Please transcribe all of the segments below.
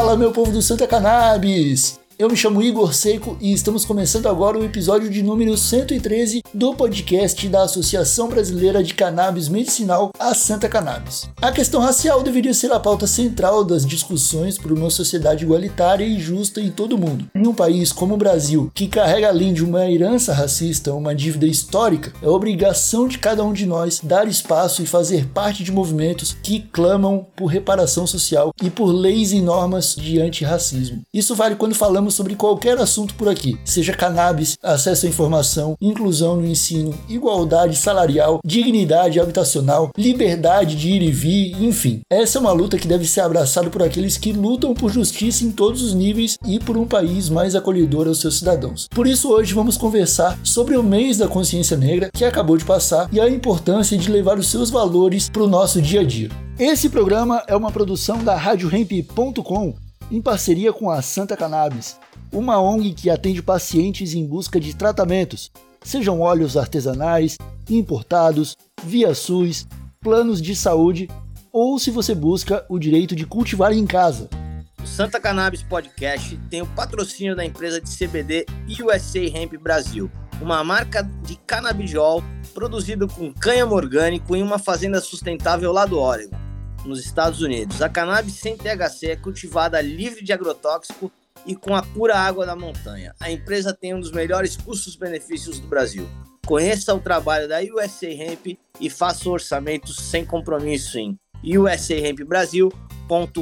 Fala, meu povo do Santa Cannabis! Eu me chamo Igor Seco e estamos começando agora o episódio de número 113 do podcast da Associação Brasileira de Cannabis Medicinal, a Santa Cannabis. A questão racial deveria ser a pauta central das discussões por uma sociedade igualitária e justa em todo o mundo. Em um país como o Brasil, que carrega além de uma herança racista uma dívida histórica, é obrigação de cada um de nós dar espaço e fazer parte de movimentos que clamam por reparação social e por leis e normas de antirracismo. Isso vale quando falamos sobre qualquer assunto por aqui, seja cannabis, acesso à informação, inclusão no ensino, igualdade salarial, dignidade habitacional, liberdade de ir e vir, enfim. Essa é uma luta que deve ser abraçada por aqueles que lutam por justiça em todos os níveis e por um país mais acolhedor aos seus cidadãos. Por isso hoje vamos conversar sobre o mês da consciência negra que acabou de passar e a importância de levar os seus valores para o nosso dia a dia. Esse programa é uma produção da RadioHemp.com em parceria com a Santa Cannabis, uma ONG que atende pacientes em busca de tratamentos, sejam óleos artesanais, importados, via SUS, planos de saúde ou se você busca o direito de cultivar em casa. O Santa Cannabis Podcast tem o patrocínio da empresa de CBD USA Hemp Brasil, uma marca de canabidiol produzido com cânhamo orgânico em uma fazenda sustentável lá do Oregon, nos Estados Unidos. A cannabis sem THC é cultivada livre de agrotóxico e com a pura água da montanha. A empresa tem um dos melhores custos-benefícios do Brasil. Conheça o trabalho da USA Hemp e faça orçamentos sem compromisso em usahempbrasil.com.br.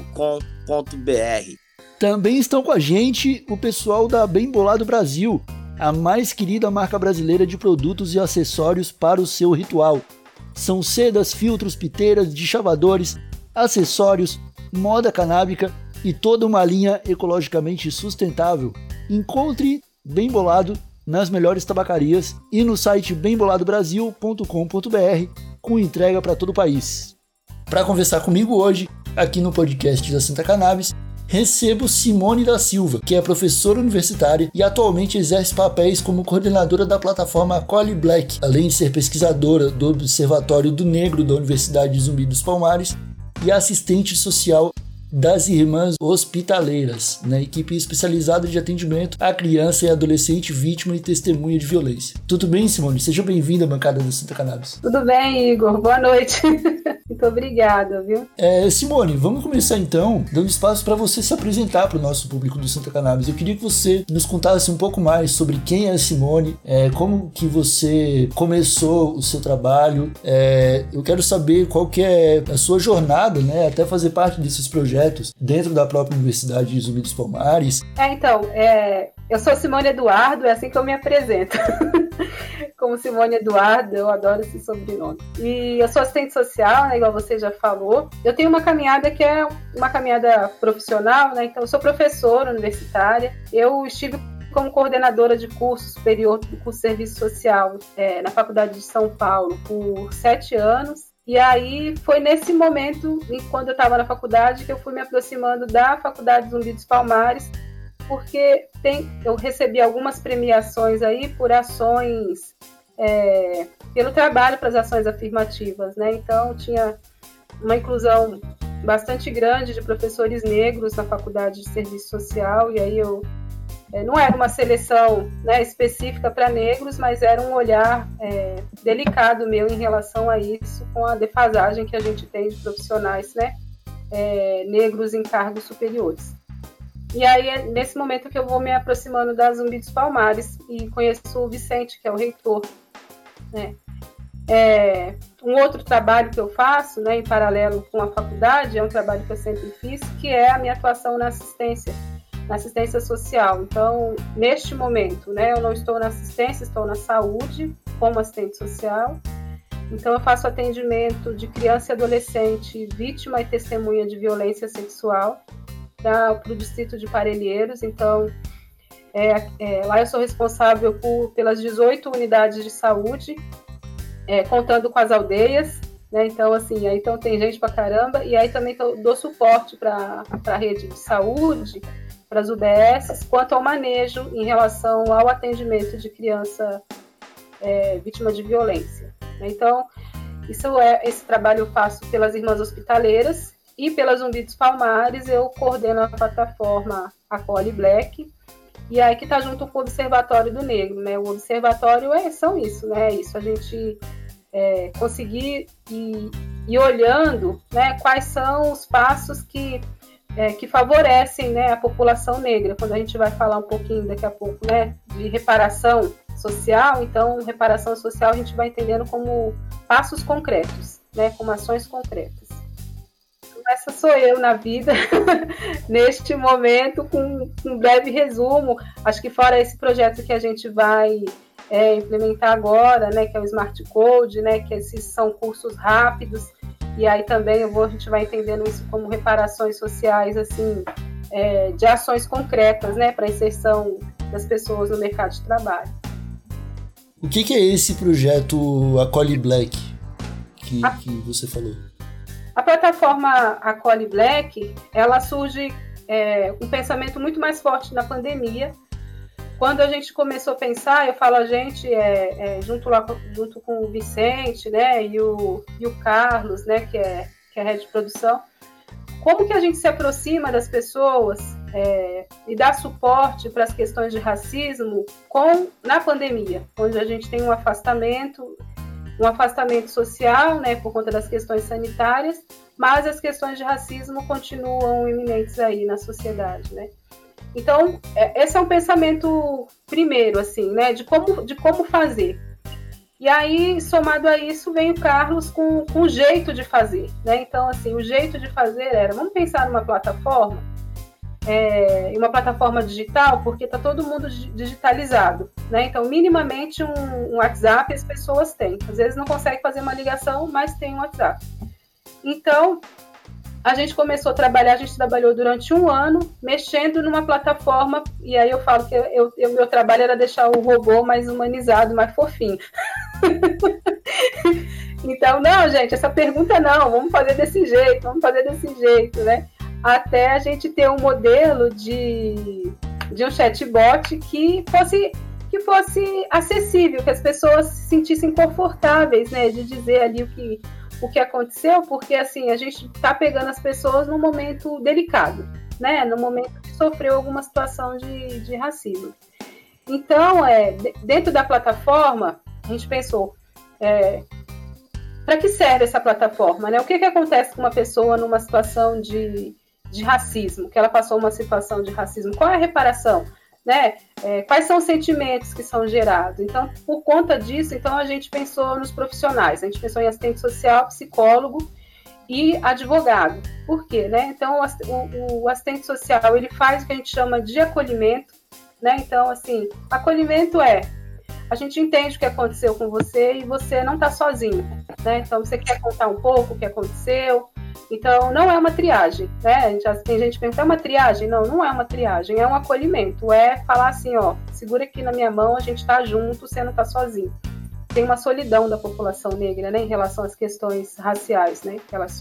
Também estão com a gente o pessoal da Bem Bolado Brasil, a mais querida marca brasileira de produtos e acessórios para o seu ritual. São sedas, filtros, piteiras, deschavadores, acessórios, moda canábica e toda uma linha ecologicamente sustentável. Encontre Bem Bolado nas melhores tabacarias e no site bemboladobrasil.com.br com entrega para todo o país. Para conversar comigo hoje, aqui no podcast da Santa Cannabis, recebo Simone da Silva, que é professora universitária e atualmente exerce papéis como coordenadora da plataforma Acolhe Black, além de ser pesquisadora do Observatório do Negro da Universidade de Zumbi dos Palmares e assistente social das Irmãs Hospitaleiras, na equipe especializada de atendimento à criança e adolescente vítima e testemunha de violência. Tudo bem, Simone? Seja bem-vinda à bancada da Santa Cannabis. Tudo bem, Igor. Boa noite. Muito obrigada, viu? Simone, vamos começar então dando espaço para você se apresentar para o nosso público do Santa Cannabis. Eu queria que você nos contasse um pouco mais sobre quem é a Simone, como que você começou o seu trabalho. Eu quero saber qual que é a sua jornada, né, até fazer parte desses projetos dentro da própria Universidade de Zumbi dos Palmares. Eu sou Simone Eduardo, é assim que eu me apresento. Como Simone Eduardo, eu adoro esse sobrenome. E eu sou assistente social, né, igual você já falou. Eu tenho uma caminhada que é uma caminhada profissional, né, então eu sou professora universitária. Eu estive como coordenadora de curso superior do curso de Serviço Social na Faculdade de São Paulo por 7 anos. E aí foi nesse momento, quando eu estava na faculdade, que eu fui me aproximando da Faculdade Zumbi dos Palmares, porque eu recebi algumas premiações aí por ações, pelo trabalho para as ações afirmativas, né? Então tinha uma inclusão bastante grande de professores negros na Faculdade de Serviço Social, e aí não era uma seleção, né, específica para negros, mas era um olhar delicado meu em relação a isso, com a defasagem que a gente tem de profissionais, né, negros em cargos superiores. E aí é nesse momento que eu vou me aproximando da Zumbi dos Palmares e conheço o Vicente, que é o reitor, né. Um outro trabalho que eu faço, né, em paralelo com a faculdade, é um trabalho que eu sempre fiz, que é a minha atuação na assistência social. Então, neste momento, né, eu não estou na assistência, estou na saúde como assistente social. Então, eu faço atendimento de criança e adolescente vítima e testemunha de violência sexual para o distrito de Parelheiros. Então, lá eu sou responsável pelas 18 unidades de saúde, contando com as aldeias, né? Então, assim, aí então tem gente pra caramba, e aí também dou suporte para a rede de saúde, para as UBSs, quanto ao manejo em relação ao atendimento de criança vítima de violência. Então, esse trabalho eu faço pelas Irmãs Hospitaleiras, e pela Zumbi dos Palmares eu coordeno a plataforma Acolhe Black, e aí que está junto com o Observatório do Negro, né? O Observatório são isso, né? Isso, a gente conseguir ir olhando, né, quais são os passos que favorecem, né, a população negra. Quando a gente vai falar um pouquinho daqui a pouco, né, de reparação social, então reparação social a gente vai entendendo como passos concretos, né, como ações concretas. Essa sou eu na vida, neste momento, com um breve resumo. Acho que fora esse projeto que a gente vai implementar agora, né, que é o Smart Code, né, que esses são cursos rápidos, e aí também a gente vai entendendo isso como reparações sociais, assim, de ações concretas, né, para a inserção das pessoas no mercado de trabalho. O que é esse projeto Acolhe Black que você falou? A plataforma Acolhe Black, ela surge um pensamento muito mais forte na pandemia. Quando a gente começou a pensar, eu falo a gente, junto com o Vicente, né, e o Carlos, né, que é a rede de produção, como que a gente se aproxima das pessoas e dá suporte para as questões de racismo na pandemia, onde a gente tem um afastamento social, né, por conta das questões sanitárias, mas as questões de racismo continuam iminentes aí na sociedade, né? Então, esse é um pensamento primeiro, assim, né, de como fazer. E aí, somado a isso, vem o Carlos com o jeito de fazer, né? Então, assim, o jeito de fazer era, vamos pensar numa plataforma, uma plataforma digital, porque está todo mundo digitalizado, né? Então, minimamente um WhatsApp as pessoas têm. Às vezes não consegue fazer uma ligação, mas tem um WhatsApp. Então, a gente começou a trabalhar, a gente trabalhou durante 1 ano, mexendo numa plataforma, e aí eu falo que meu trabalho era deixar o robô mais humanizado, mais fofinho. Então, não, gente, essa pergunta não, vamos fazer desse jeito, né? Até a gente ter um modelo de um chatbot que fosse acessível, que as pessoas se sentissem confortáveis, né, de dizer ali o que aconteceu, porque assim, a gente está pegando as pessoas num momento delicado, né, no momento que sofreu alguma situação de racismo. Então, dentro da plataforma, a gente pensou, para que serve essa plataforma, né? O que acontece com uma pessoa numa situação de racismo, que ela passou uma situação de racismo? Qual é a reparação? Né? Quais são os sentimentos que são gerados? Então, por conta disso, então, a gente pensou nos profissionais, a gente pensou em assistente social, psicólogo e advogado. Por quê? Né? Então, o assistente social, ele faz o que a gente chama de acolhimento, né? Então, assim, acolhimento a gente entende o que aconteceu com você e você não está sozinho, né? Então, você quer contar um pouco o que aconteceu. Então, não é uma triagem, né? Tem gente que pergunta, é uma triagem? Não, não é uma triagem, é um acolhimento. É falar assim, ó, segura aqui na minha mão, a gente está junto, você não está sozinho. Tem uma solidão da população negra, né, em relação às questões raciais, né,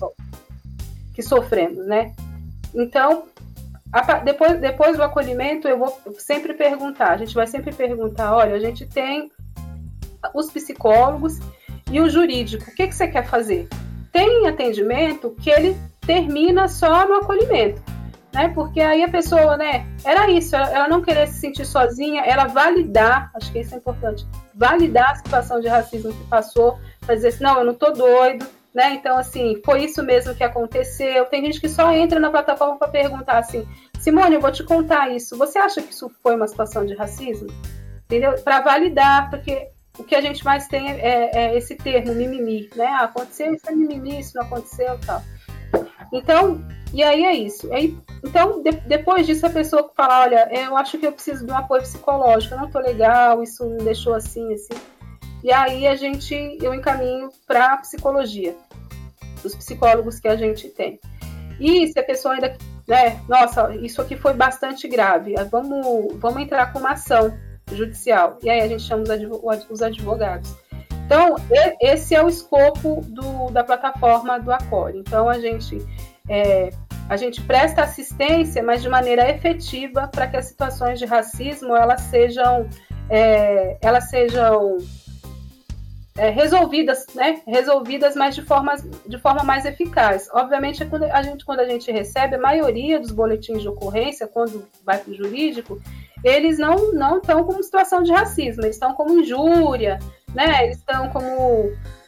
que sofremos, né? Então, depois do acolhimento, eu vou sempre perguntar, a gente vai sempre perguntar, olha, a gente tem os psicólogos e o jurídico, o que você quer fazer? Tem atendimento que ele termina só no acolhimento, né? Porque aí a pessoa, né, era isso, ela não querer se sentir sozinha, ela validar, acho que isso é importante, validar a situação de racismo que passou, para dizer assim, não, eu não tô doido, né? Então, assim, foi isso mesmo que aconteceu. Tem gente que só entra na plataforma para perguntar assim, Simone, eu vou te contar isso, você acha que isso foi uma situação de racismo? Entendeu? Para validar, porque o que a gente mais tem é esse termo, mimimi, né? Ah, aconteceu, isso é mimimi, isso não aconteceu e tal. Então, e aí é isso. Então, depois disso, a pessoa fala, olha, eu acho que eu preciso de um apoio psicológico, eu não tô legal, isso me deixou assim. E aí eu encaminho para a psicologia, os psicólogos que a gente tem. E se a pessoa ainda, né, nossa, isso aqui foi bastante grave, vamos entrar com uma ação judicial. E aí a gente chama os advogados. Então, esse é o escopo da plataforma do Acolhe. Então, a gente presta assistência, mas de maneira efetiva, para que as situações de racismo elas sejam resolvidas, né? Resolvidas, mas de forma mais eficaz. Obviamente, quando a gente recebe, a maioria dos boletins de ocorrência, quando vai para o jurídico, eles não estão como situação de racismo, eles estão como injúria, né? Eles estão como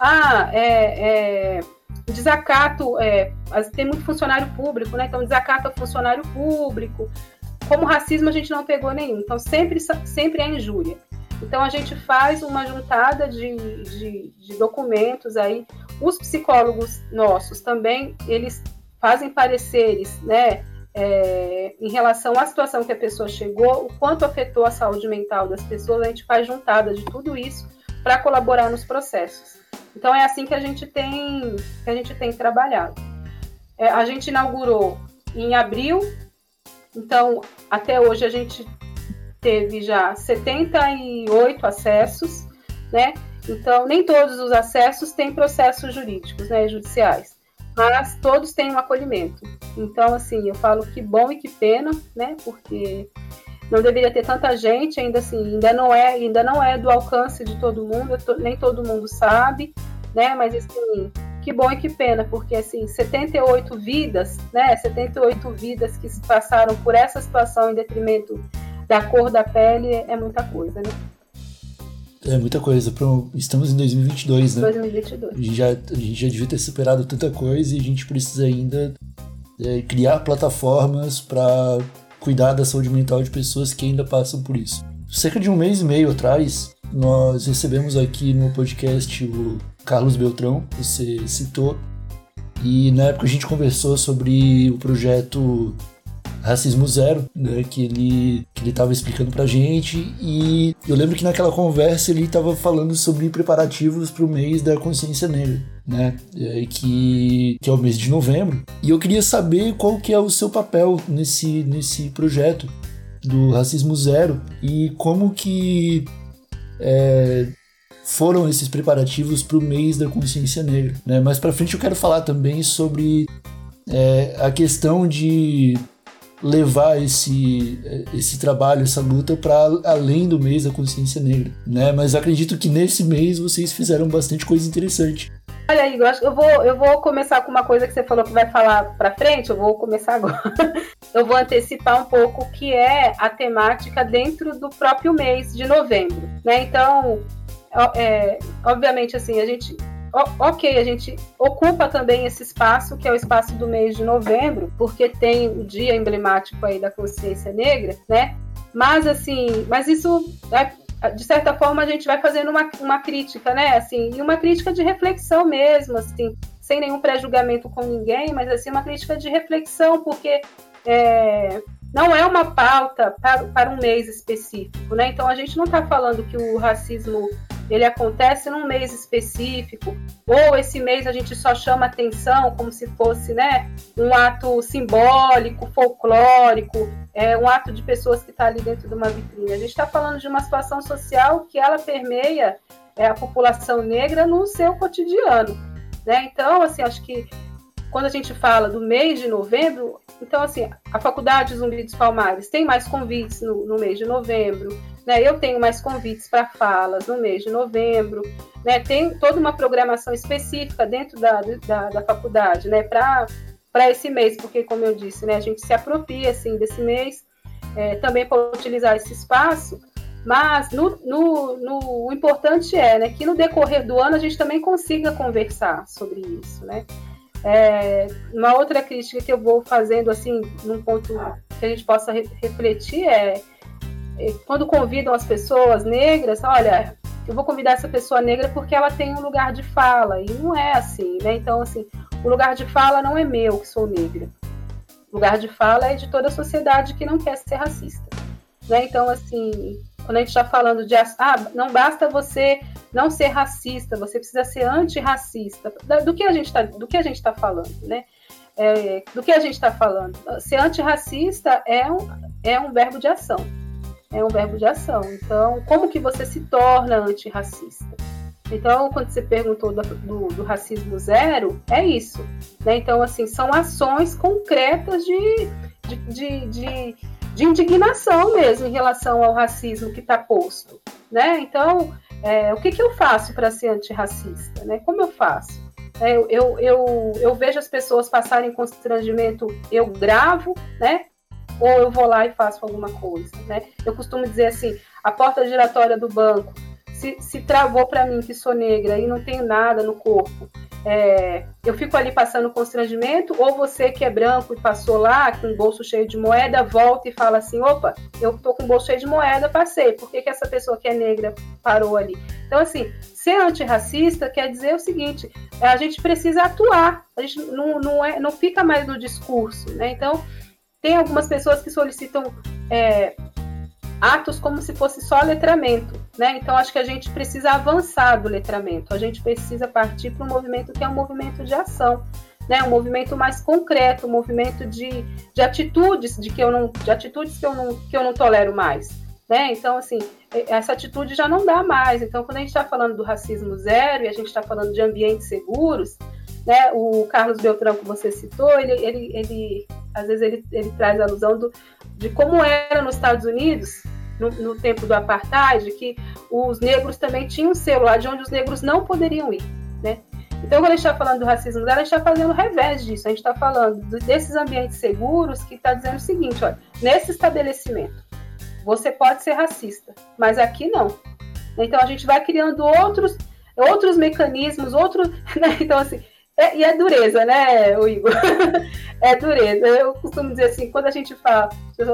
desacato, tem muito funcionário público, né? Então desacato ao funcionário público. Como racismo a gente não pegou nenhum, então sempre é injúria. Então a gente faz uma juntada de documentos aí. Os psicólogos nossos também, eles fazem pareceres, né, em relação à situação que a pessoa chegou, o quanto afetou a saúde mental das pessoas. A gente faz juntada de tudo isso para colaborar nos processos. Então é assim que a gente tem trabalhado. A gente inaugurou em abril, então até hoje a gente teve já 78 acessos, né? Então, nem todos os acessos têm processos jurídicos, né, judiciais, mas todos têm um acolhimento. Então, assim, eu falo que bom e que pena, né? Porque não deveria ter tanta gente, ainda assim, ainda não é do alcance de todo mundo, nem todo mundo sabe, né? Mas, assim, que bom e que pena, porque, assim, 78 vidas, né? 78 vidas que passaram por essa situação em detrimento da cor da pele é muita coisa, né? É muita coisa. Estamos em 2022, né? 2022. A gente já devia ter superado tanta coisa e a gente precisa ainda criar plataformas para cuidar da saúde mental de pessoas que ainda passam por isso. Cerca de 1 mês e meio atrás, nós recebemos aqui no podcast o Carlos Beltrão, que você citou, e na época a gente conversou sobre o projeto Racismo Zero, né, que ele estava explicando pra gente, e eu lembro que naquela conversa ele estava falando sobre preparativos para o mês da consciência negra, né, que é o mês de novembro, e eu queria saber qual que é o seu papel nesse projeto do Racismo Zero e como que foram esses preparativos para o mês da consciência negra, né. Mais pra frente eu quero falar também sobre a questão de levar esse trabalho, essa luta para além do mês da consciência negra, né? Mas acredito que nesse mês vocês fizeram bastante coisa interessante. Olha, Igor, acho que eu vou começar com uma coisa que você falou que vai falar para frente, eu vou começar agora. Eu vou antecipar um pouco o que é a temática dentro do próprio mês de novembro, né? Então, obviamente, assim, a gente ocupa também esse espaço, que é o espaço do mês de novembro, porque tem o dia emblemático aí da consciência negra, né? Mas isso, de certa forma, a gente vai fazendo uma crítica, né? Assim, e uma crítica de reflexão mesmo, assim, sem nenhum pré-julgamento com ninguém, mas assim, uma crítica de reflexão, porque não é uma pauta para um mês específico, né? Então, a gente não está falando que o racismo ele acontece num mês específico, ou esse mês a gente só chama atenção como se fosse, né, um ato simbólico, folclórico, um ato de pessoas que estão ali dentro de uma vitrine. A gente está falando de uma situação social que ela permeia a população negra no seu cotidiano, né? Então, assim, acho que quando a gente fala do mês de novembro, então, assim, a Faculdade Zumbi dos Palmares tem mais convites no mês de novembro, né? Eu tenho mais convites para falas no mês de novembro, né? Tem toda uma programação específica dentro da faculdade, né? Para esse mês, porque, como eu disse, né? A gente se apropria, assim, desse mês, também para utilizar esse espaço, mas o importante né? Que no decorrer do ano a gente também consiga conversar sobre isso, né? Uma outra crítica que eu vou fazendo, assim, num ponto que a gente possa refletir quando convidam as pessoas negras, olha, eu vou convidar essa pessoa negra porque ela tem um lugar de fala, e não é assim, né? Então, assim, o lugar de fala não é meu, que sou negra. O lugar de fala é de toda a sociedade que não quer ser racista, né? Então, assim, quando a gente está falando de não basta você não ser racista, você precisa ser antirracista. Do que a gente está falando, né? Do que a gente está falando? Ser antirracista é um verbo de ação. É um verbo de ação. Então, como que você se torna antirracista? Então, quando você perguntou do racismo zero, é isso, né? Então, assim, são ações concretas de indignação mesmo em relação ao racismo que está posto, né? Então, o que eu faço para ser antirracista, né? Como eu faço? Eu vejo as pessoas passarem constrangimento, eu gravo, né? Ou eu vou lá e faço alguma coisa, né? Eu costumo dizer assim, a porta giratória do banco, se travou para mim que sou negra e não tenho nada no corpo, eu fico ali passando constrangimento, ou você que é branco e passou lá com um bolso cheio de moeda, volta e fala assim, opa, eu tô com um bolso cheio de moeda, passei, por que essa pessoa que é negra parou ali? Então, assim, ser antirracista quer dizer o seguinte, a gente precisa atuar, a gente não fica mais no discurso, né? Então, tem algumas pessoas que solicitam atos como se fosse só letramento, né? Então, acho que a gente precisa avançar do letramento, a gente precisa partir para um movimento que é um movimento de ação, né? Um movimento mais concreto, um movimento de atitudes, que eu não tolero mais, né? Então, assim, essa atitude já não dá mais. Então, quando a gente está falando do racismo zero e a gente está falando de ambientes seguros, né? O Carlos Beltrão, que você citou, ele às vezes ele traz a alusão de como era nos Estados Unidos, no tempo do apartheid, que os negros também tinham um selo lá de onde os negros não poderiam ir, né? Então, quando a gente está falando do racismo zero, a gente está fazendo o revés disso, a gente está falando desses ambientes seguros que está dizendo o seguinte, olha, nesse estabelecimento, você pode ser racista, mas aqui não. Então, a gente vai criando outros mecanismos, né? Então, assim, e é dureza, né, o Igor? É dureza. Eu costumo dizer assim, quando a gente fala,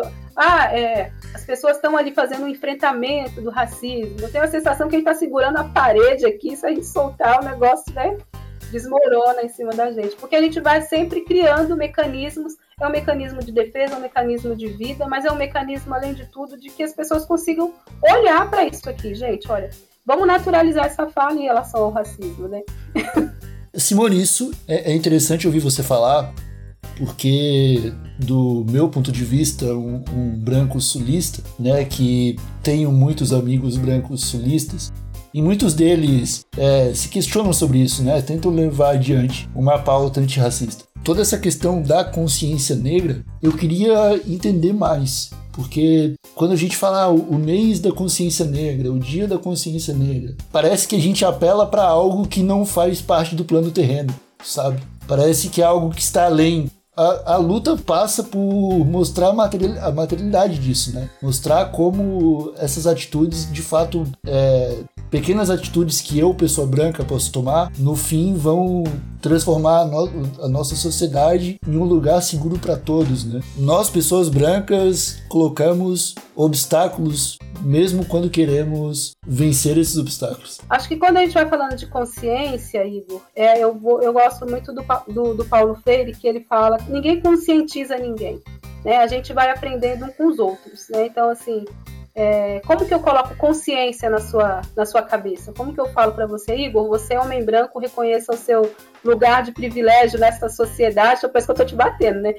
as pessoas estão ali fazendo um enfrentamento do racismo, eu tenho a sensação que a gente está segurando a parede aqui, se a gente soltar o negócio, né, desmorona em cima da gente, porque a gente vai sempre criando mecanismos, é um mecanismo de defesa, é um mecanismo de vida, mas é um mecanismo, além de tudo, de que as pessoas consigam olhar para isso aqui, gente, olha, vamos naturalizar essa fala em relação ao racismo, né? Simone, isso é interessante ouvir você falar, porque do meu ponto de vista, um branco sulista, né, que tenho muitos amigos brancos sulistas, e muitos deles se questionam sobre isso, né, tentam levar adiante uma pauta antirracista. Toda essa questão da consciência negra, eu queria entender mais, porque quando a gente fala o mês da consciência negra, o dia da consciência negra, parece que a gente apela para algo que não faz parte do plano terreno, sabe? Parece que é algo que está além. A luta passa por mostrar a materialidade disso, né? Mostrar como essas atitudes, de fato, pequenas atitudes que eu, pessoa branca, posso tomar, no fim vão transformar a nossa sociedade em um lugar seguro para todos, né? Nós, pessoas brancas, colocamos obstáculos mesmo quando queremos vencer esses obstáculos. Acho que quando a gente vai falando de consciência, Igor, eu gosto muito do Paulo Freire, que ele fala que ninguém conscientiza ninguém, né? A gente vai aprendendo uns com os outros, né? Então, assim, como que eu coloco consciência na sua cabeça? Como que eu falo para você, Igor, você é homem branco, reconheça o seu lugar de privilégio nessa sociedade, parece que eu tô te batendo, né?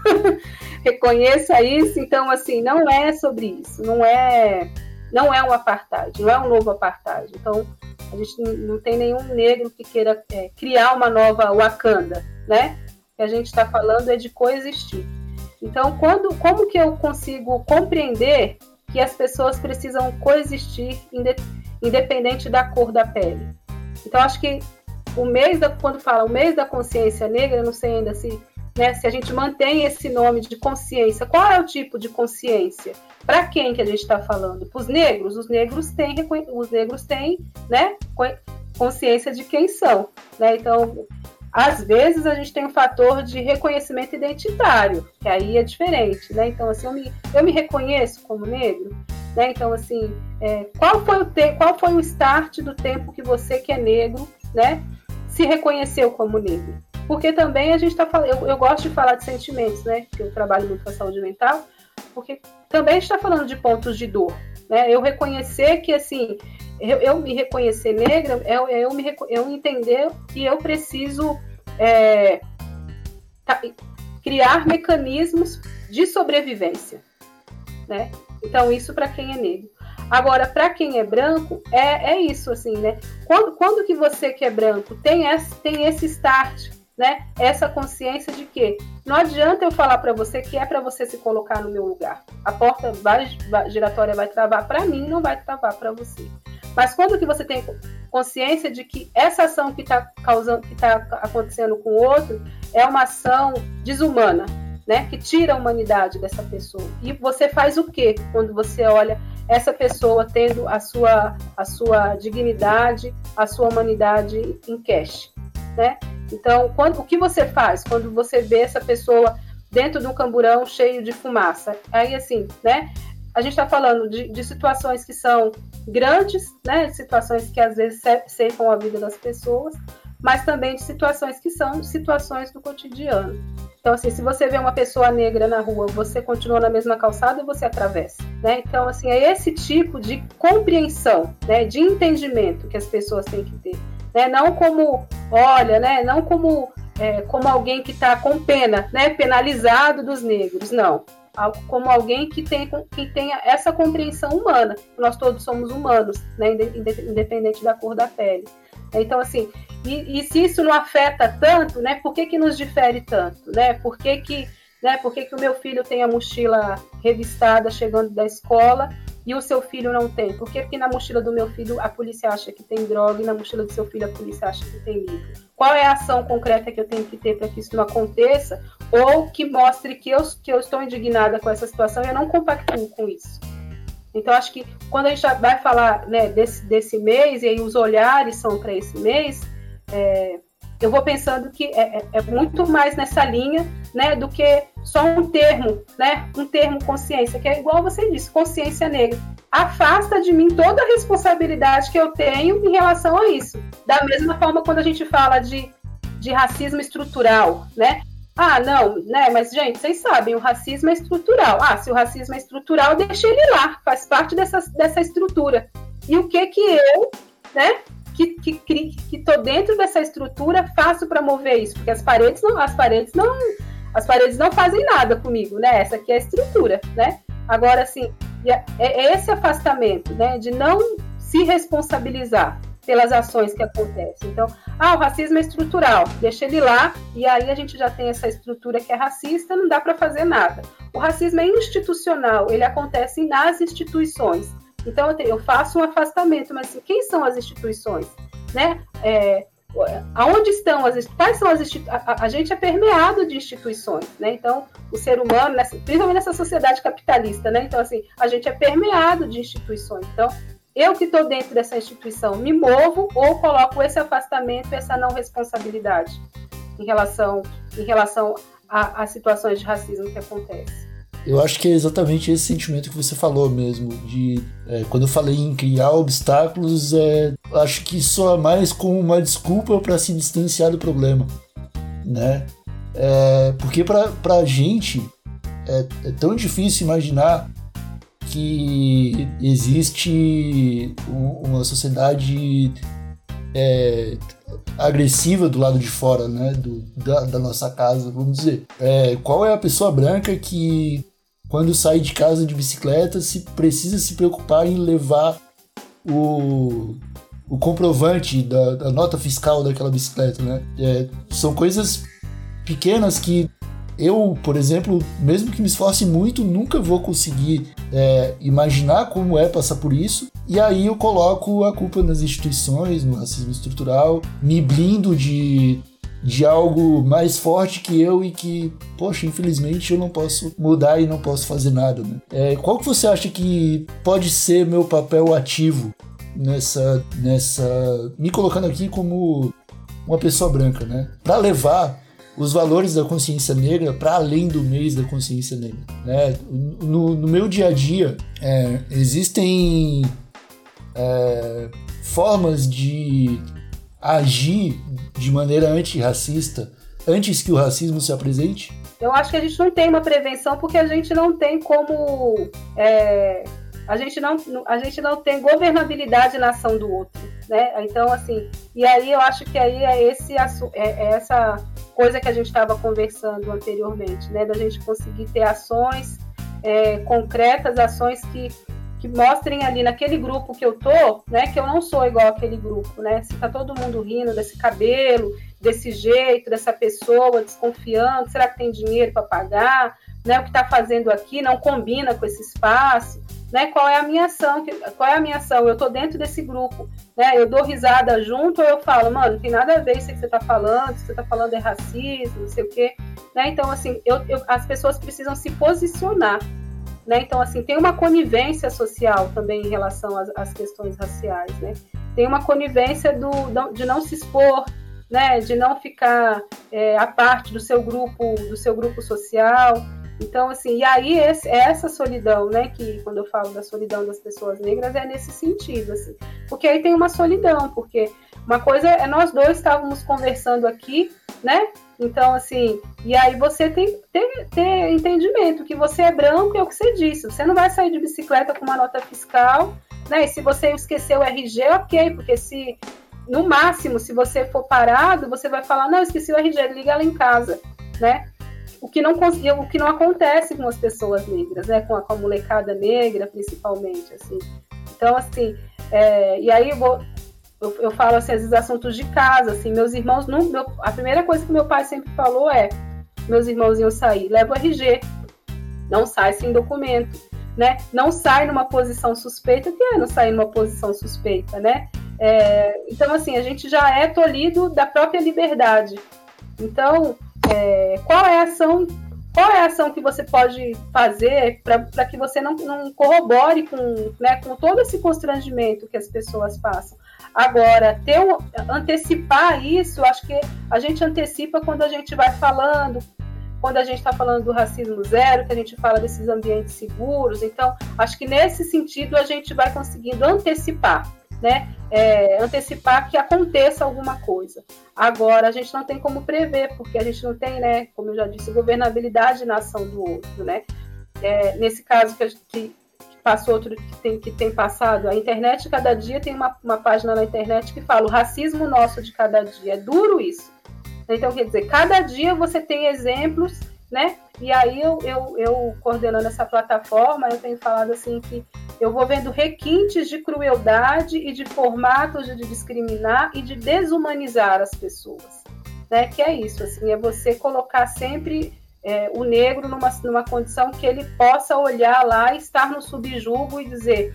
Reconheça isso. Então, assim, não é sobre isso, não é um apartheid, não é um novo apartheid. Então, a gente não tem nenhum negro que queira criar uma nova Wakanda, né? O que a gente está falando é de coexistir. Então, como que eu consigo compreender que as pessoas precisam coexistir independente da cor da pele? Então, acho que quando fala o mês da consciência negra, eu não sei ainda se a gente mantém esse nome de consciência. Qual é o tipo de consciência? Para quem que a gente está falando? Para os negros? Os negros têm, né, consciência de quem são, né? Então, às vezes a gente tem um fator de reconhecimento identitário, que aí é diferente, né? Então, assim, eu me reconheço como negro, né? Então, assim, qual foi o start do tempo que você que é negro, né, se reconheceu como negro? Porque também a gente está falando, eu gosto de falar de sentimentos, né? Porque eu trabalho muito com a saúde mental, porque também a gente está falando de pontos de dor, né? Eu reconhecer que, assim, eu me reconhecer negra, eu entender que eu preciso criar mecanismos de sobrevivência, né? Então, isso para quem é negro. Agora, para quem é branco, é isso, assim, né? Quando que você que é branco tem esse start, né? Essa consciência de que não adianta eu falar para você que é para você se colocar no meu lugar. A porta giratória vai travar para mim, não vai travar para você. Mas quando que você tem consciência de que essa ação que está acontecendo com o outro é uma ação desumana, né, que tira a humanidade dessa pessoa. E você faz o quê quando você olha essa pessoa tendo a sua dignidade, a sua humanidade em cash, né? Então, o que você faz quando você vê essa pessoa dentro de um camburão cheio de fumaça? Aí, assim, né, a gente está falando de situações que são grandes, né, situações que às vezes ceifam a vida das pessoas, mas também de situações que são situações do cotidiano. Então, assim, se você vê uma pessoa negra na rua, você continua na mesma calçada ou você atravessa, né? Então, assim, é esse tipo de compreensão, né, de entendimento que as pessoas têm que ter, né? Não como, olha, né, não como alguém que está com pena, né, penalizado dos negros, não. Como alguém que tenha essa compreensão humana. Nós todos somos humanos, né, independente da cor da pele. Então, assim, e se isso não afeta tanto, né, por que nos difere tanto? Né? Por que o meu filho tem a mochila revistada chegando da escola e o seu filho não tem? Por que na mochila do meu filho a polícia acha que tem droga e na mochila do seu filho a polícia acha que tem livro? Qual é a ação concreta que eu tenho que ter para que isso não aconteça? Ou que mostre que eu estou indignada com essa situação e eu não compactuo com isso? Então, acho que quando a gente vai falar, né, desse mês, e aí os olhares são para esse mês, eu vou pensando que é muito mais nessa linha, né, do que só um termo, né, um termo consciência, que é igual você disse, consciência negra. Afasta de mim toda a responsabilidade que eu tenho em relação a isso. Da mesma forma, quando a gente fala de racismo estrutural, né? Ah, não, né? Mas, gente, vocês sabem, o racismo é estrutural. Ah, se o racismo é estrutural, deixa ele lá, faz parte dessa estrutura. E o que eu, né, que tô dentro dessa estrutura, faço para mover isso? Porque as paredes não fazem nada comigo, né? Essa aqui é a estrutura, né? Agora, assim, é esse afastamento, né, de não se responsabilizar pelas ações que acontecem. Então, o racismo é estrutural, deixa ele lá, e aí a gente já tem essa estrutura que é racista, não dá para fazer nada. O racismo é institucional, ele acontece nas instituições. Então, eu faço um afastamento, mas assim, quem são as instituições? Né? Aonde estão quais são as instituições? A gente é permeado de instituições, né? Então, o ser humano, principalmente nessa sociedade capitalista, né? Então, assim, a gente é permeado de instituições. Então, eu que estou dentro dessa instituição me movo ou coloco esse afastamento, essa não responsabilidade em relação a situações de racismo que acontecem. Eu acho que é exatamente esse sentimento que você falou mesmo, de quando eu falei em criar obstáculos, acho que soa mais como uma desculpa para se distanciar do problema, né? Porque pra gente é tão difícil imaginar que existe uma sociedade agressiva do lado de fora, né, da nossa casa, vamos dizer. Qual é a pessoa branca que, quando sai de casa de bicicleta, precisa se preocupar em levar o comprovante da nota fiscal daquela bicicleta, né? São coisas pequenas que eu, por exemplo, mesmo que me esforce muito, nunca vou conseguir imaginar como é passar por isso. E aí eu coloco a culpa nas instituições, no racismo estrutural, me blindo de algo mais forte que eu e que, poxa, infelizmente eu não posso mudar e não posso fazer nada, né? Qual que você acha que pode ser meu papel ativo nessa me colocando aqui como uma pessoa branca, né? Para levar os valores da consciência negra para além do mês da consciência negra, né? No meu dia a dia, existem formas de agir de maneira antirracista antes que o racismo se apresente? Eu acho que a gente não tem uma prevenção porque a gente não tem como... a gente não tem governabilidade na ação do outro, né? Então, assim, e aí eu acho que aí é essa coisa que a gente estava conversando anteriormente, né? Da gente conseguir ter ações concretas, ações que mostrem ali naquele grupo que eu tô, né? Que eu não sou igual àquele grupo, né? Se tá todo mundo rindo desse cabelo, desse jeito, dessa pessoa, desconfiando, será que tem dinheiro para pagar? Né? O que está fazendo aqui não combina com esse espaço. né? Qual é a minha ação? Eu tô dentro desse grupo, né? Eu dou risada junto ou eu falo, mano, não tem nada a ver isso que você tá falando, isso que você tá falando é racismo, não sei o quê, né? Então, assim, as pessoas precisam se posicionar, né? Então, assim, tem uma conivência social também em relação às questões raciais, né? Tem uma conivência de não se expor, né? De não ficar à parte do seu grupo social. Então, assim, e aí essa solidão, né? Que quando eu falo da solidão das pessoas negras é nesse sentido, assim. Porque aí tem uma solidão, porque uma coisa é nós dois estávamos conversando aqui, né? Então, assim, e aí você tem que ter entendimento que você é branco, é o que você disse. Você não vai sair de bicicleta com uma nota fiscal, né? E se você esquecer o RG, ok, porque no máximo, se você for parado, você vai falar, não, eu esqueci o RG, liga lá em casa, né? O que não acontece com as pessoas negras, né? Com a molecada negra, principalmente, assim. Então, assim, e aí eu falo, assim, às vezes, assuntos de casa, assim, meus irmãos, a primeira coisa que meu pai sempre falou meus irmãos iam sair, leva o RG, não sai sem documento, né? Não sai numa posição suspeita, que é não sair numa posição suspeita, né? Então, assim, a gente já é tolhido da própria liberdade. Então, qual é a ação que você pode fazer para que você não corrobore com todo esse constrangimento que as pessoas passam? Agora, antecipar isso, acho que a gente antecipa quando a gente vai falando, quando a gente está falando do racismo zero, que a gente fala desses ambientes seguros. Então, acho que nesse sentido a gente vai conseguindo antecipar, né? Antecipar que aconteça alguma coisa. Agora, a gente não tem como prever, porque a gente não tem, né, como eu já disse, governabilidade na ação do outro, né? Nesse caso que passou, que tem passado, a internet cada dia tem uma página na internet que fala o racismo nosso de cada dia. É duro isso. Então, quer dizer, cada dia você tem exemplos, né? E aí eu coordenando essa plataforma, eu tenho falado assim que eu vou vendo requintes de crueldade e de formatos de discriminar e de desumanizar as pessoas, né? Que é isso, assim, é você colocar sempre o negro numa condição que ele possa olhar lá e estar no subjugo e dizer,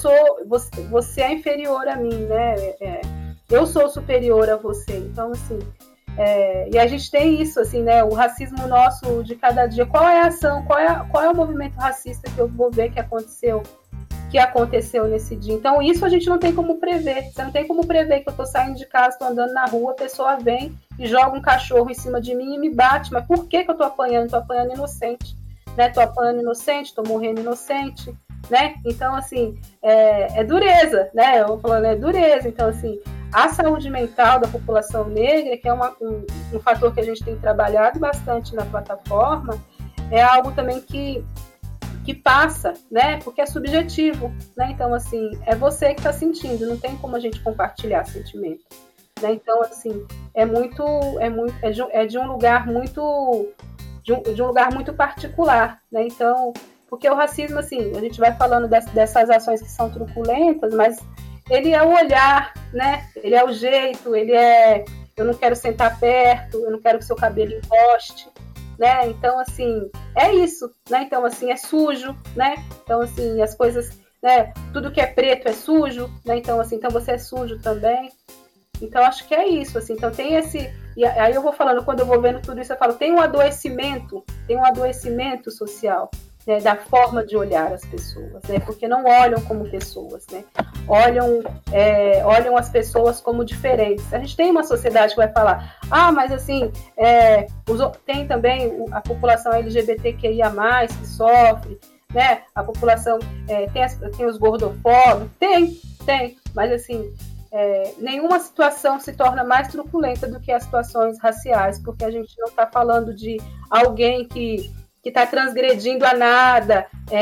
você é inferior a mim, né? Eu sou superior a você. Então, assim, e a gente tem isso, assim, né? O racismo nosso de cada dia. Qual é a ação? Qual é o movimento racista que eu vou ver que aconteceu nesse dia? Então, isso a gente não tem como prever. Você não tem como prever que eu tô saindo de casa, tô andando na rua, a pessoa vem e joga um cachorro em cima de mim e me bate. Mas por que eu tô apanhando? Tô apanhando inocente, né? Tô apanhando inocente, tô morrendo inocente, né? Então, assim, é dureza, né? Eu vou falando, é dureza. Então, assim, a saúde mental da população negra, que é um fator que a gente tem trabalhado bastante na plataforma, é algo também que passa, né? Porque é subjetivo, né? Então, assim, é você que está sentindo, não tem como a gente compartilhar sentimento, né? Então, assim, é de um lugar muito de um lugar muito particular, né? Então, porque o racismo, assim, a gente vai falando dessas ações que são truculentas, mas ele é o olhar, né? Ele é o jeito, eu não quero sentar perto, eu não quero que seu cabelo encoste, né? Então, assim, é isso, né? Então, assim, é sujo, né? Então, assim, as coisas, né? Tudo que é preto é sujo, né? Então, assim, então você é sujo também. Então, acho que é isso, assim. Então, tem esse... E aí eu vou falando, quando eu vou vendo tudo isso, eu falo, tem um adoecimento social, né, da forma de olhar as pessoas, né? Porque não olham como pessoas, né? Olham as pessoas como diferentes. A gente tem uma sociedade que vai falar, mas assim, tem também a população LGBTQIA+, que sofre, né? A população, tem os gordofóbicos, tem, mas assim, nenhuma situação se torna mais truculenta do que as situações raciais, porque a gente não está falando de alguém que está transgredindo a nada,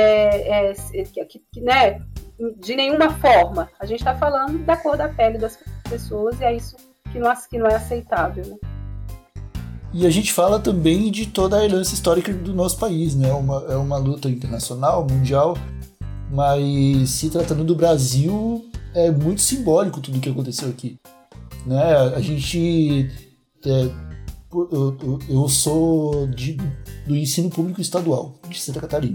né, de nenhuma forma. A gente está falando da cor da pele das pessoas e é isso que não é aceitável, né? E a gente fala também de toda a herança histórica do nosso país, né? É uma luta internacional, mundial, mas se tratando do Brasil, é muito simbólico tudo o que aconteceu aqui, né? A gente... eu sou do ensino público estadual de Santa Catarina.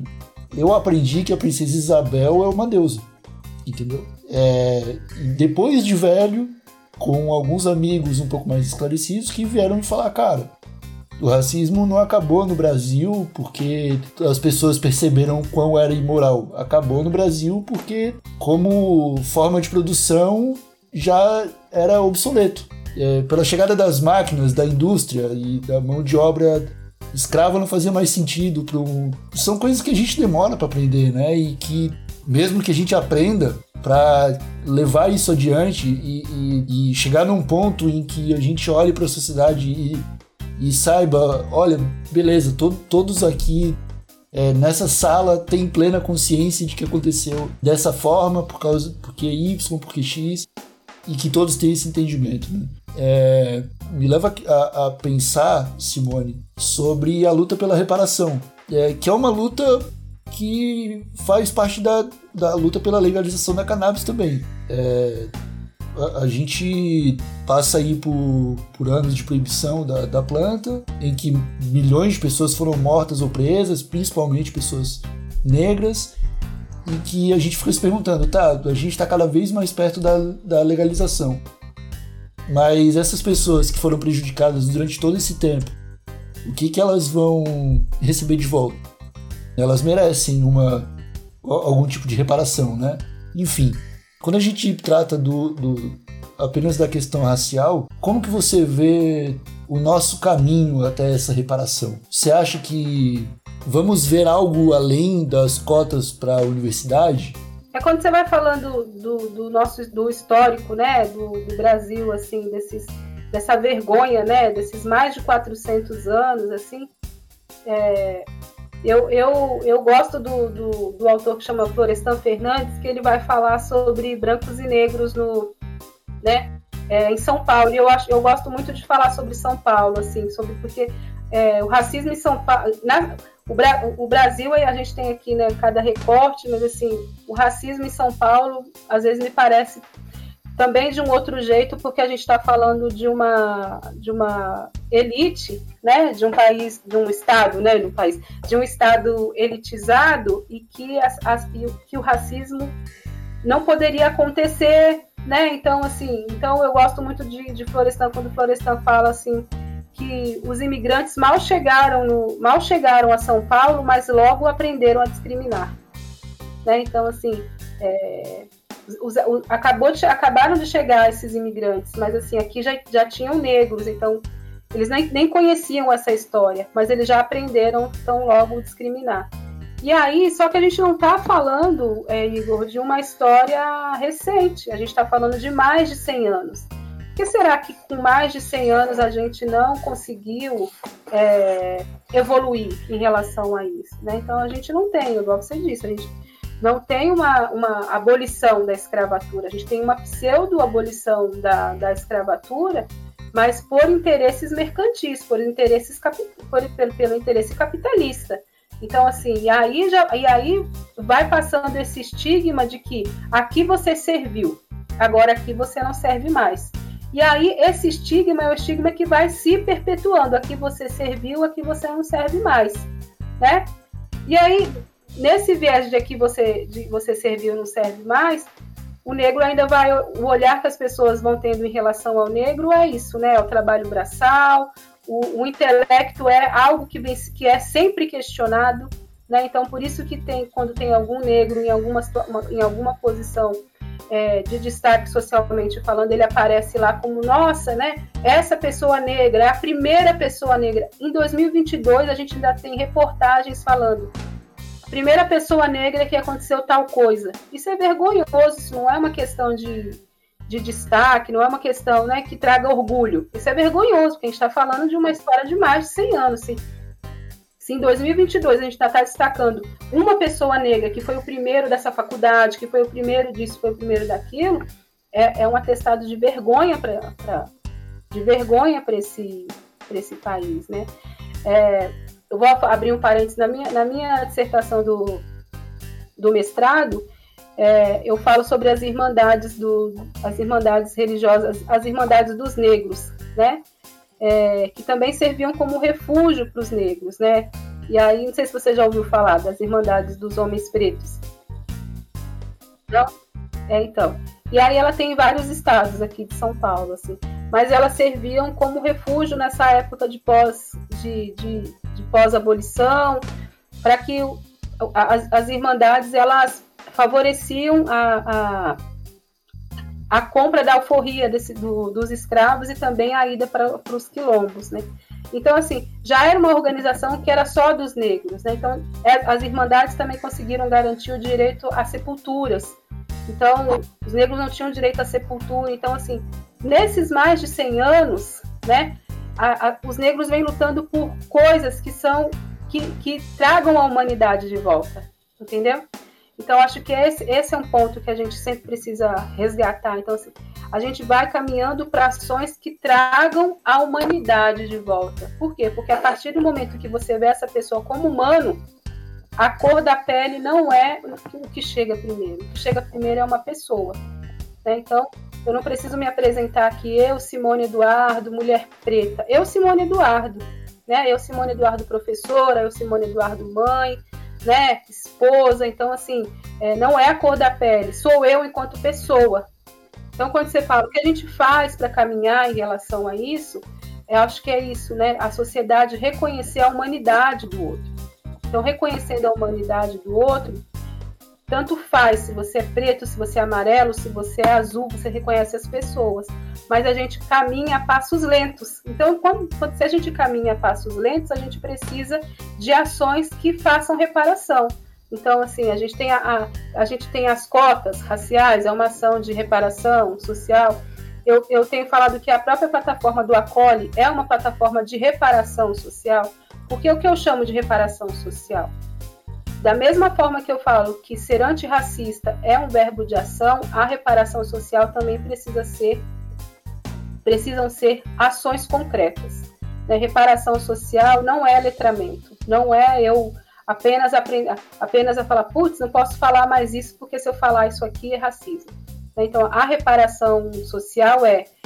eu aprendi que a princesa Isabel é uma deusa, entendeu? Depois de velho, com alguns amigos um pouco mais esclarecidos que vieram me falar, cara, o racismo não acabou no Brasil porque as pessoas perceberam quão era imoral. Acabou no Brasil porque, como forma de produção, já era obsoleto. Pela chegada das máquinas, da indústria e da mão de obra escrava não fazia mais sentido. São coisas que a gente demora para aprender, né? E que, mesmo que a gente aprenda, para levar isso adiante e chegar num ponto em que a gente olhe para a sociedade e saiba, olha, beleza, todos aqui nessa sala têm plena consciência de que aconteceu dessa forma, porque Y, porque X, e que todos têm esse entendimento, né? Me leva a pensar, Simone, sobre a luta pela reparação, que é uma luta que faz parte da luta pela legalização da cannabis também. A gente passa aí por anos de proibição da planta, em que milhões de pessoas foram mortas ou presas, principalmente pessoas negras, e que a gente fica se perguntando, a gente está cada vez mais perto da legalização. Mas essas pessoas que foram prejudicadas durante todo esse tempo, o que elas vão receber de volta? Elas merecem algum tipo de reparação, né? Enfim, quando a gente trata apenas da questão racial, como que você vê o nosso caminho até essa reparação? Você acha que vamos ver algo além das cotas para a universidade? Quando você vai falando do histórico, né, do Brasil, assim, dessa vergonha, né, desses mais de 400 anos, assim, eu gosto do autor que chama Florestan Fernandes, que ele vai falar sobre brancos e negros em São Paulo. E eu gosto muito de falar sobre São Paulo, assim, porque o racismo em São Paulo... O Brasil, a gente tem aqui, né, cada recorte, mas assim, o racismo em São Paulo, às vezes me parece também de um outro jeito, porque a gente está falando de uma elite, né, de um país, de um estado, né, de um estado elitizado e que o racismo não poderia acontecer, né? Então, assim, eu gosto muito de Florestan, quando Florestan fala assim, que os imigrantes mal chegaram a São Paulo, mas logo aprenderam a discriminar, né? Então, assim, acabaram de chegar esses imigrantes, mas assim, aqui já tinham negros, então eles nem conheciam essa história, mas eles já aprenderam tão logo a discriminar. E aí, só que a gente não está falando, Igor, de uma história recente, a gente está falando de mais de 100 anos. Por que será que com mais de 100 anos a gente não conseguiu evoluir em relação a isso, né? Então a gente não tem, igual você disse, a gente não tem uma abolição da escravatura, a gente tem uma pseudo-abolição da escravatura, mas por interesses mercantis, pelo interesse capitalista. Então, assim, e aí vai passando esse estigma de que aqui você serviu, agora aqui você não serve mais. E aí esse estigma é o estigma que vai se perpetuando. Aqui você serviu, aqui você não serve mais, né? E aí, nesse viés de aqui você serviu, não serve mais, o negro ainda vai... O olhar que as pessoas vão tendo em relação ao negro é isso, né? É o trabalho braçal, o intelecto é algo que é sempre questionado, né? Então, por isso que quando tem algum negro em alguma posição de destaque socialmente falando, ele aparece lá como, nossa, né? Essa pessoa negra é a primeira pessoa negra. Em 2022, a gente ainda tem reportagens falando primeira pessoa negra que aconteceu tal coisa. Isso é vergonhoso, isso não é uma questão de destaque, não é uma questão, né, que traga orgulho. Isso é vergonhoso, porque a gente está falando de uma história de mais de 100 anos. Se em 2022 a gente está destacando uma pessoa negra que foi o primeiro dessa faculdade, que foi o primeiro disso, foi o primeiro daquilo, é um atestado de vergonha para esse país, né? Eu vou abrir um parênteses na minha dissertação do mestrado. Eu falo sobre as irmandades religiosas, as irmandades dos negros, né? Que também serviam como refúgio para os negros, né? E aí, não sei se você já ouviu falar das Irmandades dos Homens Pretos. Não? Então. E aí ela tem vários estados aqui de São Paulo, assim. Mas elas serviam como refúgio nessa época de pós-abolição, para que as Irmandades, elas favoreciam a compra da alforria dos escravos e também a ida para os quilombos, né? Então, assim, já era uma organização que era só dos negros, né? Então, as Irmandades também conseguiram garantir o direito a sepulturas. Então, os negros não tinham direito à sepultura. Então, assim, nesses mais de 100 anos, né, os negros vêm lutando por coisas que tragam a humanidade de volta, entendeu? Então, acho que esse é um ponto que a gente sempre precisa resgatar. Então, assim, a gente vai caminhando para ações que tragam a humanidade de volta. Por quê? Porque a partir do momento que você vê essa pessoa como humano, a cor da pele não é o que chega primeiro. O que chega primeiro é uma pessoa, né? Então, eu não preciso me apresentar aqui, eu, Simone Eduardo, mulher preta. Eu, Simone Eduardo, né? Eu, Simone Eduardo, professora. Eu, Simone Eduardo, mãe, né? Esposa. Então, assim, não é a cor da pele, sou eu enquanto pessoa. Então, quando você fala o que a gente faz para caminhar em relação a isso, eu acho que é isso, né? A sociedade reconhecer a humanidade do outro. Então, reconhecendo a humanidade do outro, tanto faz se você é preto, se você é amarelo, se você é azul, você reconhece as pessoas. Mas a gente caminha a passos lentos. Então, se a gente caminha a passos lentos, a gente precisa de ações que façam reparação. Então, assim, a gente tem as cotas raciais, é uma ação de reparação social. Eu tenho falado que a própria plataforma do Acolhe é uma plataforma de reparação social. Porque o que eu chamo de reparação social? Da mesma forma que eu falo que ser antirracista é um verbo de ação, a reparação social também precisam ser ações concretas. Né? Reparação social não é letramento, não é eu apenas a falar, putz, não posso falar mais isso porque se eu falar isso aqui é racismo. Então, a reparação social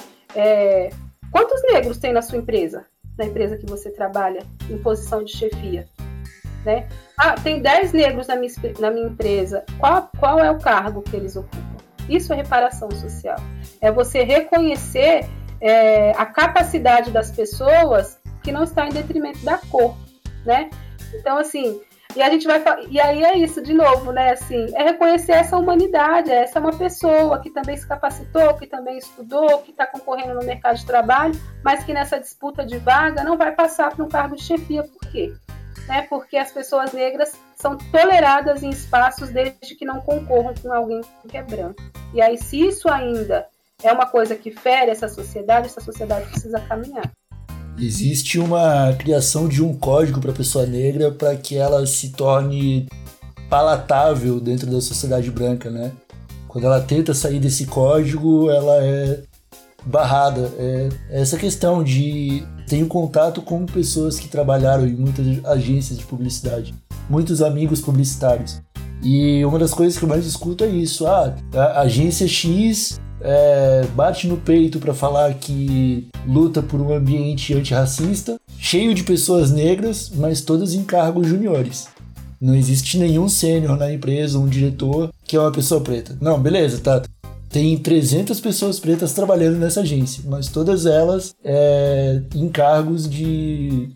quantos negros tem na sua empresa? Na empresa que você trabalha, em posição de chefia, né? Tem 10 negros na minha empresa, qual é o cargo que eles ocupam? Isso é reparação social. É você reconhecer a capacidade das pessoas que não está em detrimento da cor, né? Então, assim, e aí é isso de novo, né? Assim, é reconhecer essa humanidade, essa é uma pessoa que também se capacitou, que também estudou, que está concorrendo no mercado de trabalho, mas que nessa disputa de vaga não vai passar para um cargo de chefia. Por quê? Porque as pessoas negras são toleradas em espaços desde que não concorram com alguém que é branco. E aí, se isso ainda é uma coisa que fere essa sociedade precisa caminhar. Existe uma criação de um código para a pessoa negra para que ela se torne palatável dentro da sociedade branca, né? Quando ela tenta sair desse código, ela é barrada. É essa questão de ter um contato com pessoas que trabalharam em muitas agências de publicidade, muitos amigos publicitários. E uma das coisas que eu mais escuto é isso. A agência X bate no peito para falar que luta por um ambiente antirracista, cheio de pessoas negras, mas todas em cargos juniores. Não existe nenhum sênior na empresa, um diretor que é uma pessoa preta. Não, beleza, tá. Tem 300 pessoas pretas trabalhando nessa agência, mas todas elas em cargos de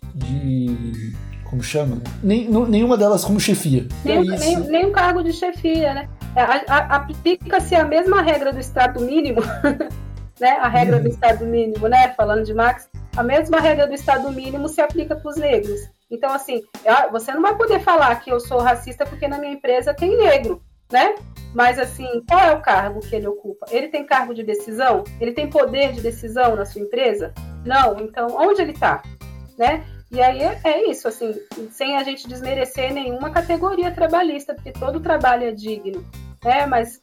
como chama? Nenhuma delas como chefia. Nem um cargo de chefia, né? Aplica-se a mesma regra do Estado mínimo, né? A regra do Estado mínimo, né? Falando de Marx, a mesma regra do Estado mínimo se aplica para os negros. Então, assim, você não vai poder falar que eu sou racista porque na minha empresa tem negro, né? Mas, assim, qual é o cargo que ele ocupa? Ele tem cargo de decisão? Ele tem poder de decisão na sua empresa? Não. Então, onde ele está? Né? E aí é isso, assim, sem a gente desmerecer nenhuma categoria trabalhista, porque todo trabalho é digno, né? Mas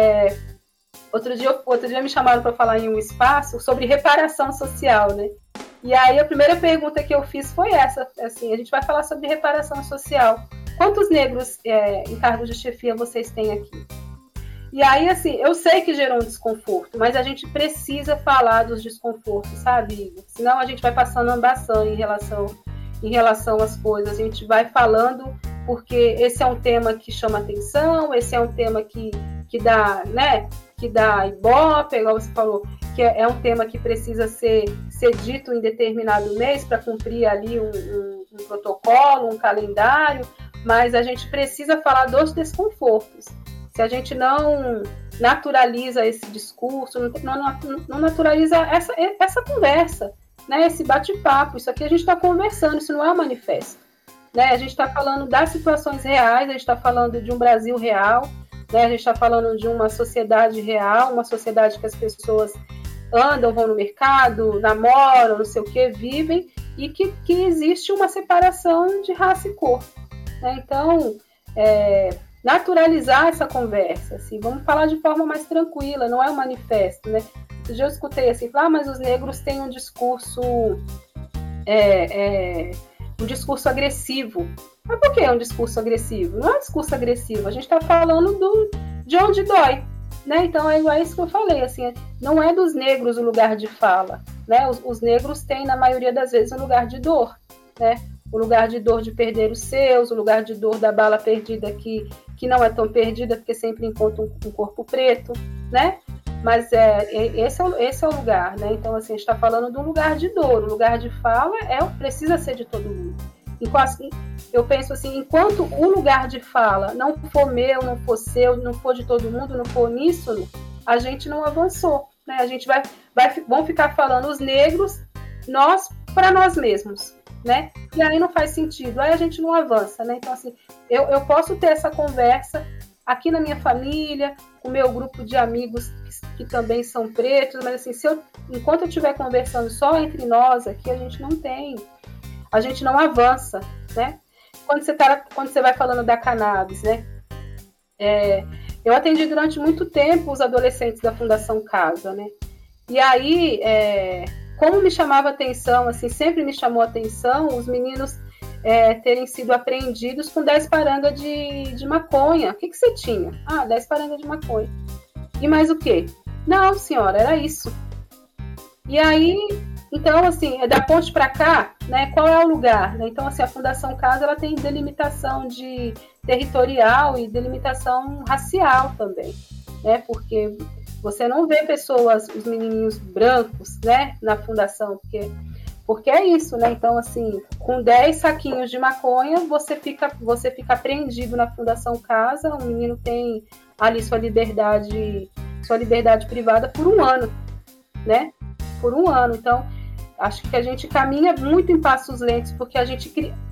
outro dia me chamaram para falar em um espaço sobre reparação social, né? E aí a primeira pergunta que eu fiz foi essa, assim, a gente vai falar sobre reparação social. Quantos negros em cargos de chefia vocês têm aqui? E aí, assim, eu sei que gerou um desconforto, mas a gente precisa falar dos desconfortos, sabe, Igor? Senão a gente vai passando ambação em relação em relação às coisas. A gente vai falando porque esse é um tema que chama atenção, esse é um tema que dá, né, que dá ibope, igual você falou, que é um tema que precisa ser dito em determinado mês para cumprir ali um protocolo, um calendário, mas a gente precisa falar dos desconfortos. Se a gente não naturaliza esse discurso, não naturaliza essa conversa, né, esse bate-papo, isso aqui a gente está conversando, isso não é um manifesto. Né? A gente está falando das situações reais, a gente está falando de um Brasil real, né? A gente está falando de uma sociedade real, uma sociedade que as pessoas andam, vão no mercado, namoram, não sei o que, vivem, e que existe uma separação de raça e cor. Né? Então, naturalizar essa conversa, assim, vamos falar de forma mais tranquila, não é um manifesto. Né? Esse dia eu escutei assim, mas os negros têm um discurso... um discurso agressivo. Mas por que é um discurso agressivo? Não é um discurso agressivo, a gente está falando de onde dói. Né? Então é igual isso que eu falei, assim, não é dos negros o lugar de fala. Né? Os negros têm, na maioria das vezes, um lugar de dor. Né? O lugar de dor de perder os seus, o lugar de dor da bala perdida que não é tão perdida porque sempre encontra um corpo preto. Né? Mas esse é o lugar, né? Então, assim, a gente está falando de um lugar de dor, o lugar de fala precisa ser de todo mundo. Eu penso assim, enquanto o lugar de fala não for meu, não for seu, não for de todo mundo, não for uníssono, a gente não avançou, né? A gente vão ficar falando os negros, nós para nós mesmos, né? E aí não faz sentido, aí a gente não avança, né? Então, assim, eu posso ter essa conversa aqui na minha família, com o meu grupo de amigos que também são pretos, mas assim, enquanto eu estiver conversando só entre nós aqui, a gente não avança, né? Quando você vai falando da cannabis, né? Eu atendi durante muito tempo os adolescentes da Fundação Casa, né? E aí, como me chamava atenção, assim, sempre me chamou atenção os meninos terem sido apreendidos com 10 parangas de maconha. O que você tinha? 10 parangas de maconha. E mais o quê? Não, senhora, era isso. E aí, então, assim, da ponte para cá, né, qual é o lugar? Né? Então, assim, a Fundação Casa, ela tem delimitação territorial e delimitação racial também, né? Porque você não vê os menininhos brancos, né, na fundação, porque é isso, né? Então, assim, com 10 saquinhos de maconha, você fica apreendido na Fundação Casa, o menino tem ali sua liberdade privada por um ano, né? Por um ano. Então, acho que a gente caminha muito em passos lentos, porque antes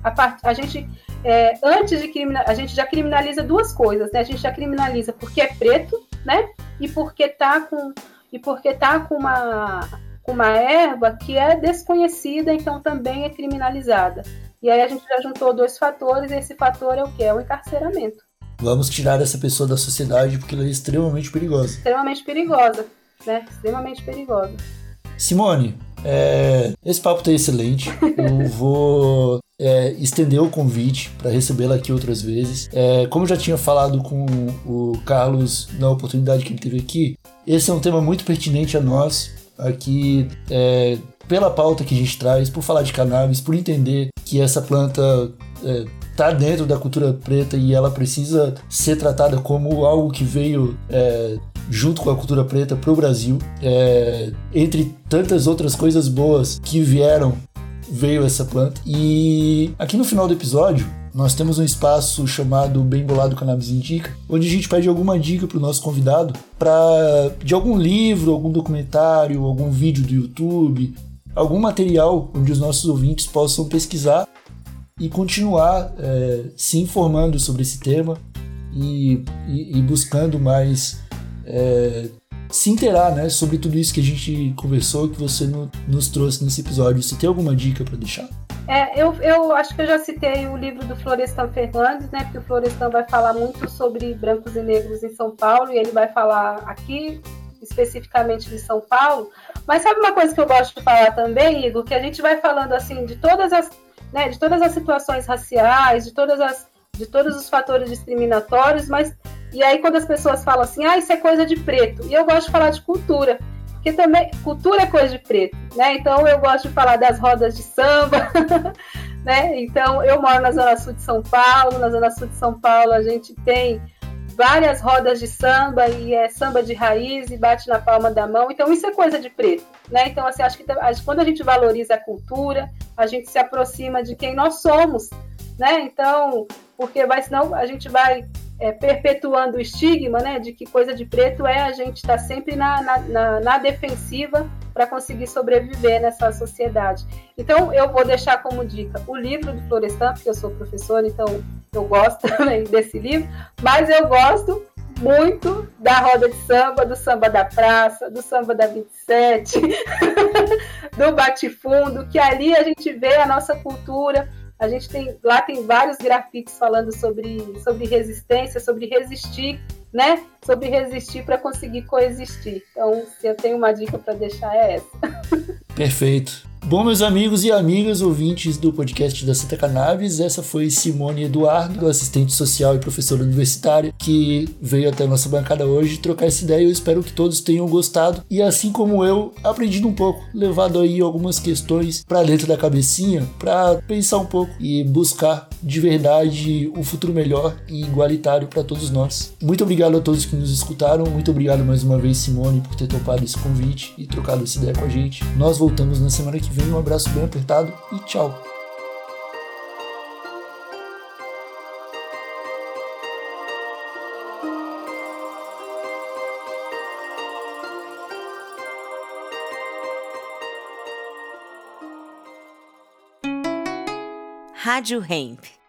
de criminalizar, a gente já criminaliza duas coisas, né? A gente já criminaliza porque é preto, né? E porque tá com uma erva que é desconhecida, então também é criminalizada. E aí a gente já juntou dois fatores, e esse fator é o quê? É o encarceramento. Vamos tirar essa pessoa da sociedade porque ela é extremamente perigosa. Extremamente perigosa, né? Extremamente perigosa. Simone, esse papo tá excelente. Eu vou estender o convite para recebê-la aqui outras vezes. Como eu já tinha falado com o Carlos na oportunidade que ele teve aqui, esse é um tema muito pertinente a nós aqui, pela pauta que a gente traz, por falar de cannabis, por entender que essa planta tá dentro da cultura preta e ela precisa ser tratada como algo que veio junto com a cultura preta para o Brasil. Entre tantas outras coisas boas que veio essa planta. E aqui no final do episódio, nós temos um espaço chamado Bem Bolado Cannabis Indica, onde a gente pede alguma dica para o nosso convidado de algum livro, algum documentário, algum vídeo do YouTube, algum material onde os nossos ouvintes possam pesquisar e continuar se informando sobre esse tema e buscando mais se inteirar, né, sobre tudo isso que a gente conversou, que você nos trouxe nesse episódio. Você tem alguma dica para deixar? Eu acho que eu já citei o livro do Florestan Fernandes, né, porque o Florestan vai falar muito sobre brancos e negros em São Paulo, e ele vai falar aqui especificamente de São Paulo. Mas sabe uma coisa que eu gosto de falar também, Igor, que a gente vai falando assim de todas as situações raciais, de todos os fatores discriminatórios, e aí quando as pessoas falam assim, isso é coisa de preto, e eu gosto de falar de cultura, porque também cultura é coisa de preto, né? Então eu gosto de falar das rodas de samba, né? Então, eu moro na Zona Sul de São Paulo. Na Zona Sul de São Paulo, a gente tem várias rodas de samba, e é samba de raiz, e bate na palma da mão. Então, isso é coisa de preto, né? Então, assim, acho que quando a gente valoriza a cultura, a gente se aproxima de quem nós somos, né? Então, porque senão a gente vai perpetuando o estigma, né, de que coisa de preto a gente estar sempre na defensiva para conseguir sobreviver nessa sociedade. Então, eu vou deixar como dica o livro do Florestan, porque eu sou professora, então eu gosto também desse livro, mas eu gosto muito da roda de samba, do samba da praça, do samba da 27, do bate-fundo, que ali a gente vê a nossa cultura. A gente lá tem vários grafites falando sobre resistência, sobre resistir, né? Sobre resistir para conseguir coexistir. Então, se eu tenho uma dica para deixar, é essa. Perfeito. Bom, meus amigos e amigas ouvintes do podcast da Santa Cannabis, essa foi Simone Eduardo, assistente social e professora universitária, que veio até a nossa bancada hoje trocar essa ideia. Eu espero que todos tenham gostado e, assim como eu, aprendido um pouco, levado aí algumas questões para dentro da cabecinha, para pensar um pouco e buscar de verdade um futuro melhor e igualitário para todos nós. Muito obrigado a todos que nos escutaram, muito obrigado mais uma vez, Simone, por ter topado esse convite e trocado essa ideia com a gente. Nós voltamos na semana que vem. Um abraço bem apertado e tchau! Rádio Hemp.